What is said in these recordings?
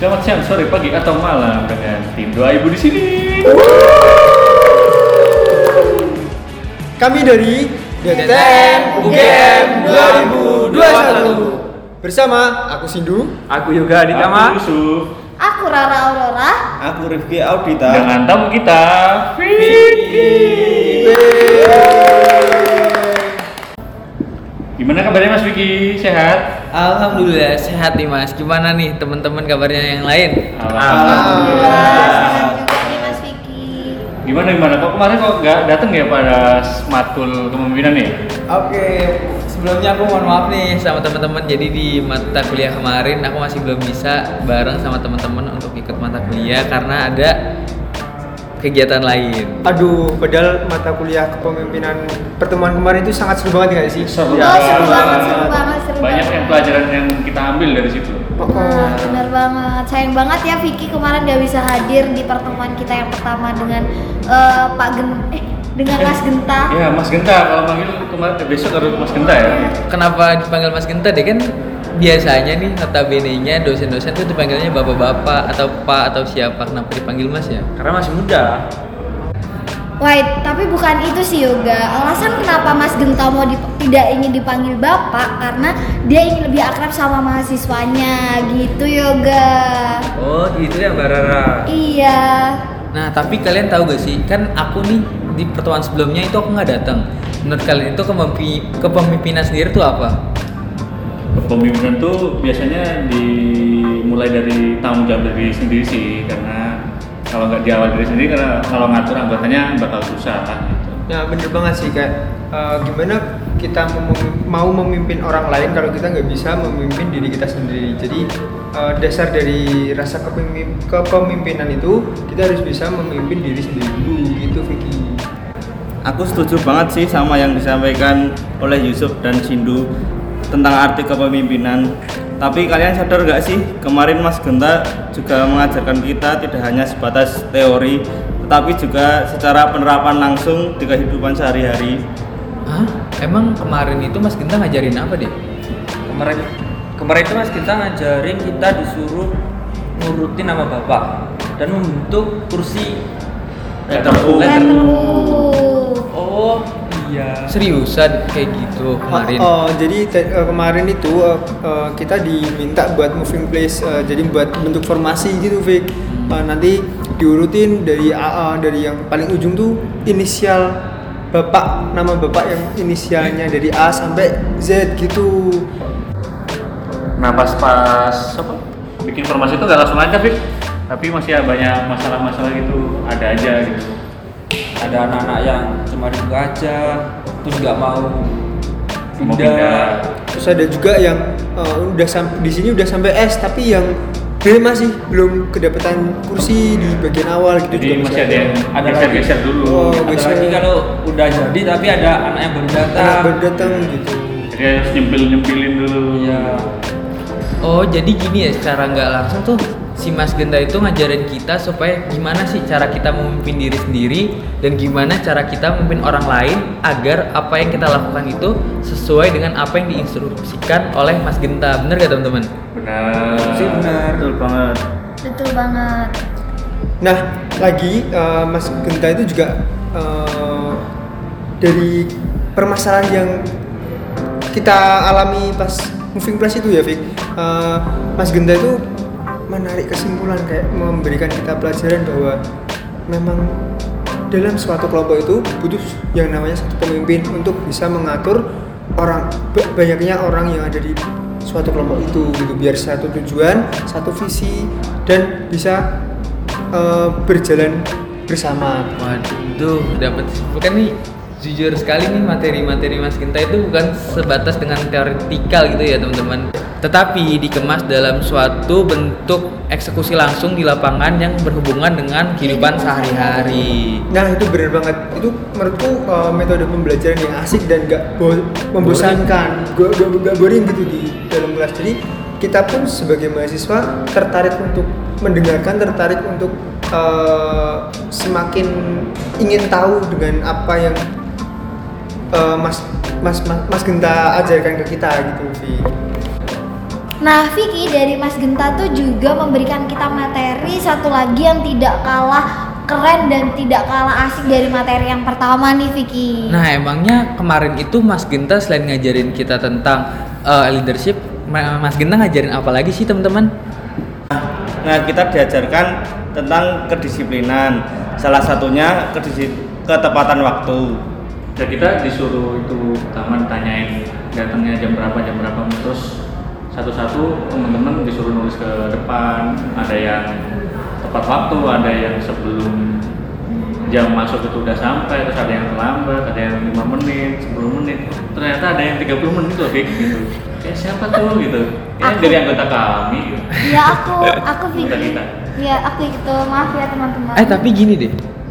Selamat siang, sore, pagi, atau malam dengan tim Doa Ibu di sini. Kami dari DTM UGM 2021. Bersama aku Sindu, aku Yoga Aditama, aku Yusuf, aku Rara Aurora, aku Rifki Audita, dengan tamu kita Vicky. Gimana kabarnya Mas Vicky? Sehat? Alhamdulillah sehat nih Mas. Gimana nih teman-teman kabarnya yang lain? Alhamdulillah. sehat juga nih Mas Vicky. Gimana? Kok kemarin nggak datang ya pada matkul kepemimpinan nih? Oke, sebelumnya aku mohon maaf nih sama teman-teman. Jadi di mata kuliah kemarin aku masih belum bisa bareng sama teman-teman untuk ikut mata kuliah karena ada kegiatan lain. Aduh, padahal mata kuliah kepemimpinan pertemuan kemarin itu sangat seru banget nggak sih? Seru Seru banget. banget. Banyak yang pelajaran yang kita ambil dari situ. Nah, benar banget. Sayang banget ya Vicky kemarin gak bisa hadir di pertemuan kita yang pertama dengan dengan Mas Genta. Iya, Mas Genta. Kalau manggil kemarin besok harus Mas Genta ya. Kenapa dipanggil Mas Genta deh kan? Biasanya nih notabene-nya dosen-dosen tuh dipanggilnya bapak-bapak atau pak atau siapa. Kenapa dipanggil Mas ya? karena masih muda. Wait, tapi bukan itu sih Yoga. Alasan kenapa Mas Genta tidak ingin dipanggil bapak karena dia ingin lebih akrab sama mahasiswanya gitu Yoga. Oh gitu ya Mbak Rara. Iya. Nah tapi kalian tahu gak sih, kan aku nih di pertemuan sebelumnya itu aku nggak datang. Menurut kalian itu kepemimpinan sendiri tuh apa? Kepemimpinan tuh biasanya dimulai dari tanggung jawab diri sendiri sih, karena kalau nggak diawal dari sendiri, karena kalau ngatur anggotanya bakal susah gitu. Ya bener banget sih, kayak gimana kita mau memimpin orang lain kalau kita nggak bisa memimpin diri kita sendiri. Jadi dasar dari rasa kepemimpinan itu kita harus bisa memimpin diri sendiri dulu gitu Vicky. Aku setuju banget sih sama yang disampaikan oleh Yusuf dan Sindu tentang arti kepemimpinan. Tapi kalian sadar gak sih, kemarin Mas Genta juga mengajarkan kita tidak hanya sebatas teori, tetapi juga secara penerapan langsung di kehidupan sehari-hari. Hah? Emang kemarin itu Mas Genta ngajarin apa deh? Kemarin itu Mas Genta ngajarin kita disuruh nurutin nama bapak dan membentuk kursi Letter U. Oh iya. Seriusan kayak gitu kemarin? Jadi kemarin itu kita diminta buat moving place, jadi buat bentuk formasi gitu Vic. Nanti diurutin dari yang paling ujung tuh inisial bapak, nama bapak yang inisialnya dari A sampai Z gitu. Nah pas bikin formasi itu nggak langsung aja, Fik. Tapi masih banyak masalah-masalah gitu, ada aja gitu. Ada anak-anak yang cuma duduk aja, terus nggak mau Mau pindah. Terus ada juga yang di sini udah sampai S tapi yang B masih belum kedapatan kursi di bagian awal gitu. Jadi juga masih ada yang Ada geser-geser dulu. Oh, Ada biasa. lagi kalau udah jadi tapi ada anak yang baru datang. baru datang gitu. Jadi harus nyempilin dulu. Iya. Oh jadi gini ya, secara nggak langsung tuh si Mas Genta itu ngajarin kita supaya gimana sih cara kita memimpin diri sendiri dan gimana cara kita memimpin orang lain agar apa yang kita lakukan itu sesuai dengan apa yang diinstruksikan oleh Mas Genta. Bener gak teman-teman? Benar. Sih benar. Betul banget. Betul banget. Nah, lagi Mas Genta itu juga dari permasalahan yang kita alami pas moving class itu ya, Vic. Mas Genta itu menarik kesimpulan, kayak memberikan kita pelajaran bahwa memang dalam suatu kelompok itu butuh yang namanya satu pemimpin untuk bisa mengatur banyaknya orang yang ada di suatu kelompok itu gitu, biar satu tujuan, satu visi dan bisa berjalan bersama. Waduh, dapat bukan nih. Jujur sekali nih, materi-materi Mas Genta itu bukan sebatas dengan teoretikal gitu ya teman-teman, tetapi dikemas dalam suatu bentuk eksekusi langsung di lapangan yang berhubungan dengan kehidupan sehari-hari. Nah itu benar banget, itu menurutku metode pembelajaran yang asik dan gak membosankan, gak boring gitu di dalam kelas. Jadi kita pun sebagai mahasiswa tertarik untuk mendengarkan, tertarik untuk semakin ingin tahu dengan apa yang Mas Genta ajarkan ke kita gitu, Vi. Nah, Vicky dari Mas Genta tuh juga memberikan kita materi satu lagi yang tidak kalah keren dan tidak kalah asik dari materi yang pertama nih, Vicky. Nah, emangnya kemarin itu Mas Genta selain ngajarin kita tentang leadership, Mas Genta ngajarin apa lagi sih teman-teman? Nah, kita diajarkan tentang kedisiplinan. Salah satunya ketepatan waktu. Dan kita disuruh itu pertama tanyain datangnya jam berapa, terus satu-satu teman-teman disuruh nulis ke depan. Ada yang tepat waktu, ada yang sebelum jam masuk itu udah sampai, terus ada yang terlambat, ada yang 5 menit, 10 menit, ternyata ada yang 30 menit loh gitu. Kayak siapa tuh gitu? Kayaknya dari anggota kami gitu. Ya aku Vicky. Kita. Ya aku itu, maaf ya teman-teman. Tapi gini deh,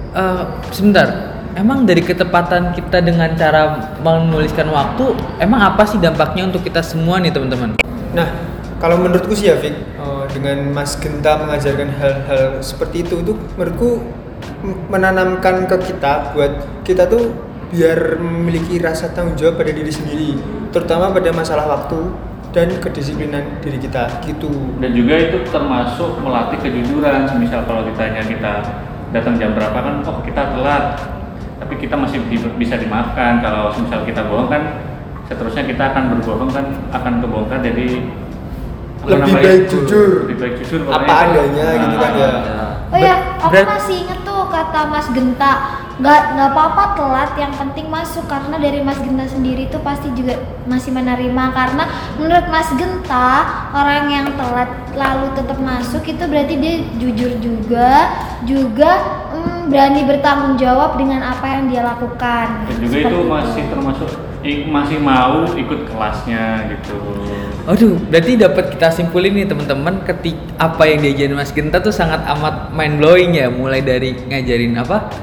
sebentar. Emang dari ketepatan kita dengan cara menuliskan waktu, emang apa sih dampaknya untuk kita semua nih teman-teman? Nah, kalau menurutku sih ya Vic, dengan Mas Genta mengajarkan hal-hal seperti itu menurutku menanamkan ke kita buat kita tuh biar memiliki rasa tanggung jawab pada diri sendiri, terutama pada masalah waktu dan kedisiplinan diri kita gitu. Dan juga itu termasuk melatih kejujuran. Misal kalau ditanya kita datang jam berapa kan, oh kita telat, tapi kita masih bisa dimaafkan. Kalau misal kita bohong kan, seterusnya kita akan berbohong kan akan kebongkar. Jadi lebih baik jujur pokoknya apa adanya gitu kan ya. Oh ya, aku masih inget tuh kata Mas Genta, nggak apa-apa telat, yang penting masuk, karena dari Mas Genta sendiri tuh pasti juga masih menerima, karena menurut Mas Genta orang yang telat lalu tetap masuk itu berarti dia jujur juga berani bertanggung jawab dengan apa yang dia lakukan. Dan juga itu masih mau ikut kelasnya gitu. Aduh, berarti dapat kita simpulin nih teman-teman, apa yang diajarin Mas Genta tuh sangat amat mind blowing ya, mulai dari ngajarin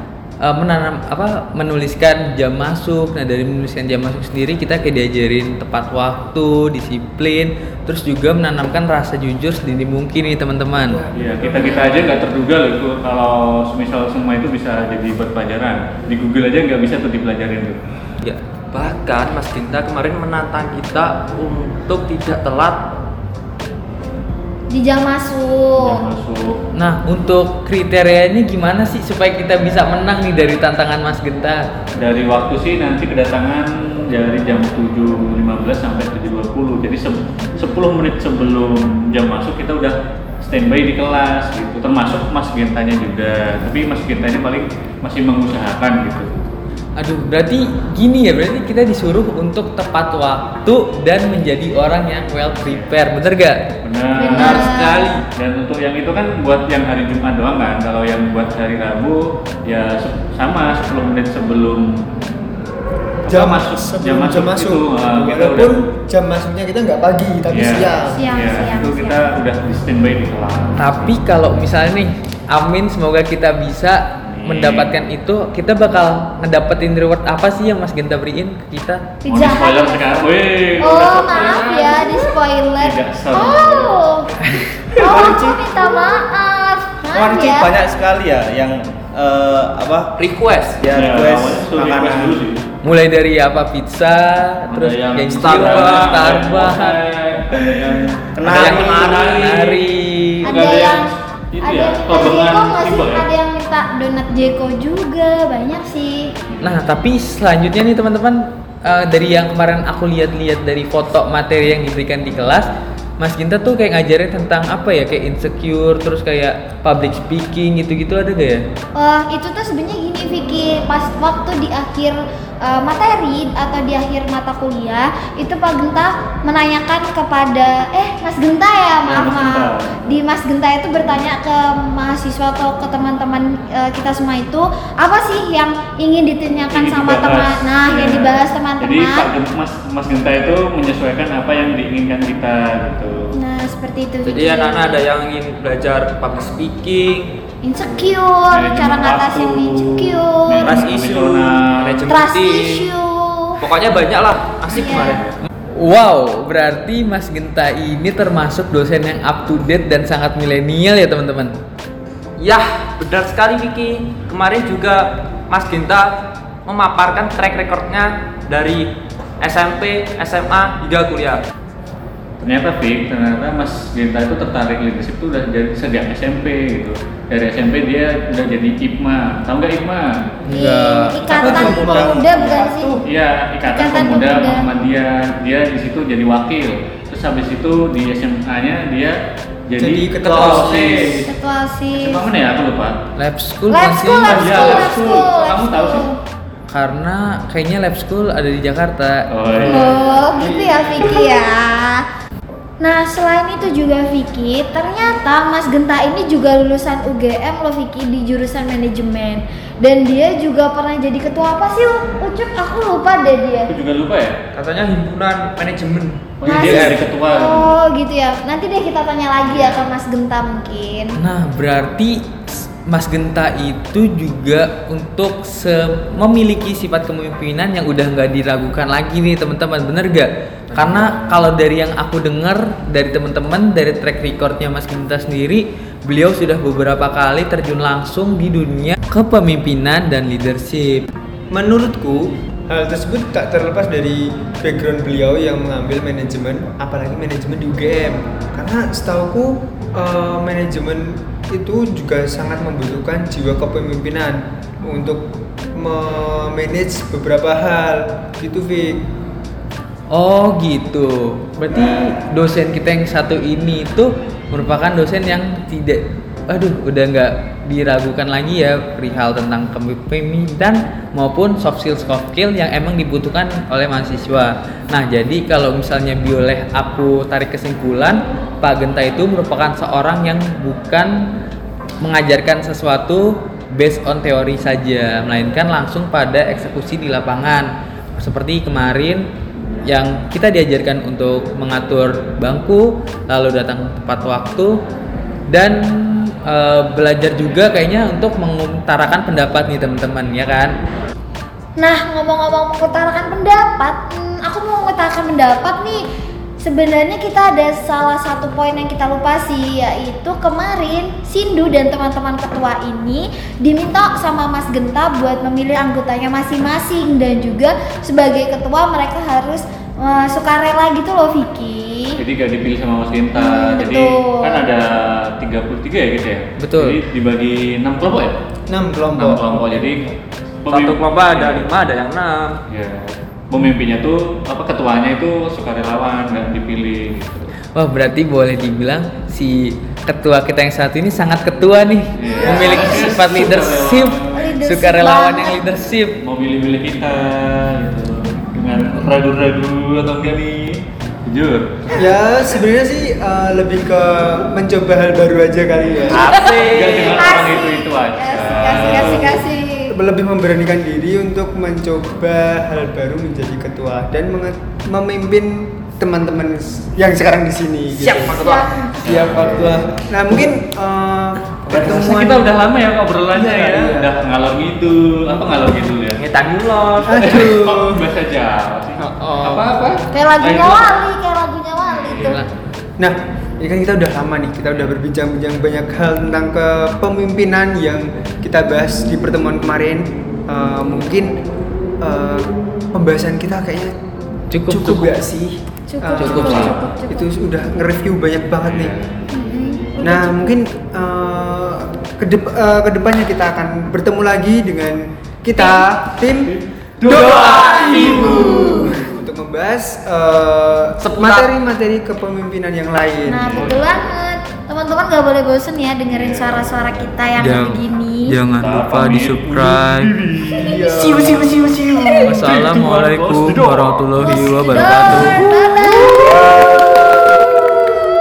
menuliskan jam masuk. Nah, dari menuliskan jam masuk sendiri kita kayak diajarin tepat waktu, disiplin, terus juga menanamkan rasa jujur sedini mungkin nih teman-teman. Iya, kita aja nggak terduga loh itu kalau misal semua itu bisa jadi buat pelajaran. Di Google aja nggak bisa tuh dipelajarin tuh. Ya, bahkan Mas Genta kemarin menantang kita untuk tidak telat di jam masuk. Nah, untuk kriterianya gimana sih supaya kita bisa menang nih dari tantangan Mas Genta? Dari waktu sih nanti kedatangan dari jam 7.15 sampai 7.20. Jadi 10 menit sebelum jam masuk kita udah standby di kelas gitu. Termasuk Mas Gentanya juga. Tapi Mas Gentanya paling masih mengusahakan gitu. Aduh, berarti gini ya, berarti kita disuruh untuk tepat waktu dan menjadi orang yang well prepared, bener gak? Benar sekali. Dan untuk yang itu kan buat yang hari Jumat doang kan. Kalau yang buat hari Rabu ya sama 10 menit sebelum jam masuk itu, walaupun jam masuknya kita nggak pagi tapi siang. Itu kita udah di standby di kelas. Tapi kalau misalnya nih, amin, semoga kita bisa mendapatkan itu, kita bakal ngedapetin reward apa sih yang Mas Genta beriin ke kita? Pizza spoiler sekarang. Maaf ya, di spoiler. Aku minta maaf. Kemarin sih banyak sekali ya yang request. Ya, request makanan dulu sih. Mulai dari pizza, terus yang Starbucks, ada yang kenari, ada yang tobengan ada yang minta donat Jeko juga, banyak sih. Nah, tapi selanjutnya nih teman-teman, dari yang kemarin aku lihat-lihat dari foto materi yang diberikan di kelas, Mas Genta tuh kayak ngajarin tentang kayak insecure, terus kayak public speaking gitu-gitu, ada gak ya? Itu tuh sebenarnya gini Vicky, pas waktu di akhir materi atau di akhir mata kuliah itu Pak Genta menanyakan kepada Mas Genta ya, maaf. Di Mas Genta itu bertanya ke mahasiswa atau ke teman-teman kita semua itu, apa sih yang ingin ditanyakan sama teman? Nah, yang dibahas teman-teman. Jadi Mas Genta itu menyesuaikan apa yang diinginkan kita gitu. Nah, seperti itu. Jadi anak-anak ada yang ingin belajar public speaking, insecure, cara ngatasin insecure, trust issue. Pokoknya banyak lah, asik kemarin. Wow, berarti Mas Genta ini termasuk dosen yang up to date dan sangat milenial ya teman-teman. Yah, benar sekali Vicky. Kemarin juga Mas Genta memaparkan track recordnya dari SMP, SMA hingga kuliah. ternyata Mas Genta itu tertarik leadership itu udah jadi sejak SMP gitu. Dari SMP dia udah jadi IPMA. Tahu nggak IPMA? Enggak. Ikatan Apa tuh? Pemuda bukan sih? Iya, Ikatan Pemuda Muhammadiyah. Dia di situ jadi wakil. Terus habis itu di SMA-nya dia jadi ketua OSIS. Ketua OSIS. SMA mana ya? Aku lupa. Lab school Lab masih school, lab Iya, school, lab lab school. school. Kamu tahu sih? karena kayaknya lab school ada di Jakarta. Oh iya. Oh gitu ya Vicky ya. Nah selain itu juga Vicky, ternyata Mas Genta ini juga lulusan UGM loh Vicky di jurusan manajemen. Dan dia juga pernah jadi ketua apa sih Ucup? Aku lupa deh dia. Aku juga lupa ya. Katanya himpunan manajemen. Oh, iya, dia dari ketua. Oh gitu ya. Nanti deh kita tanya lagi ya ke Mas Genta mungkin. Nah, berarti Mas Genta itu juga untuk memiliki sifat kepemimpinan yang udah nggak diragukan lagi nih teman-teman, bener gak? Karena kalau dari yang aku dengar dari teman-teman, dari track recordnya Mas Genta sendiri, beliau sudah beberapa kali terjun langsung di dunia kepemimpinan dan leadership. Menurutku hal tersebut tak terlepas dari background beliau yang mengambil manajemen, apalagi manajemen di UGM. Karena setauku manajemen itu juga sangat membutuhkan jiwa kepemimpinan untuk memanage beberapa hal gitu, Vic. Oh gitu. Berarti dosen kita yang satu ini tuh merupakan dosen yang udah nggak diragukan lagi ya perihal tentang kepemimpinan maupun soft skill yang emang dibutuhkan oleh mahasiswa. Nah, jadi kalau misalnya boleh aku tarik kesimpulan, Pak Genta itu merupakan seorang yang bukan mengajarkan sesuatu based on teori saja, melainkan langsung pada eksekusi di lapangan. Seperti kemarin yang kita diajarkan untuk mengatur bangku, lalu datang tepat waktu, dan belajar juga kayaknya untuk mengutarakan pendapat nih teman-teman, ya kan? Nah ngomong-ngomong mengutarakan pendapat, aku mau mengutarakan pendapat nih. Sebenarnya kita ada salah satu poin yang kita lupa sih, yaitu kemarin Sindu dan teman-teman ketua ini diminta sama Mas Genta buat memilih anggotanya masing-masing, dan juga sebagai ketua mereka harus sukarela gitu loh Vicky. Jadi gak dipilih sama Mas Genta. Jadi betul. kan ada 33 ya gitu ya. Betul. Jadi dibagi 6 kelompok ya? 6 kelompok. 6 kelompok. Jadi Satu kelompok ada 5, ada yang 6. Ya. Pemimpinnya tuh ketuanya itu sukarelawan, nggak dipilih gitu. Wah, berarti boleh dibilang si ketua kita yang satu ini sangat ketua nih, Iya. memiliki sifat leadership, sukarelawan yang banget. leadership. Mau milih-milih kita gitu. Dengan ragu-ragu atau enggak nih? Jujur. Ya sebenarnya sih lebih ke mencoba hal baru aja kali ya. Enggak dengan orang itu aja. Kasih. Lebih memberanikan diri untuk mencoba hal baru menjadi ketua dan memimpin teman-teman yang sekarang di sini. Siap, Pak Ketua. Siap, Pak Ketua. Nah mungkin pertemuan Kita udah lama ya obrolannya ya. Iya. Udah ngalor gitu. Apa ngalor gitu ya? Ngetan mulos. Aduh. Kok bahasa Jawa sih? Oh. Apa? Kayak lagunya Wali tuh. Gila. Nah, ini kan kita udah lama nih, kita udah berbincang-bincang banyak hal tentang kepemimpinan yang kita bahas di pertemuan kemarin. Mungkin pembahasan kita kayaknya cukup gak sih? Cukup. Itu sudah nge-review banyak banget nih. Nah, mungkin kedepannya kita akan bertemu lagi dengan kita tim Doa Ibu untuk membahas materi-materi kepemimpinan yang lain. Nah betul banget. Teman-teman gak boleh bosen ya dengerin suara-suara kita yang begini. Jangan lupa di subscribe. Siu. Wassalamualaikum warahmatullahi wabarakatuh. Dadah.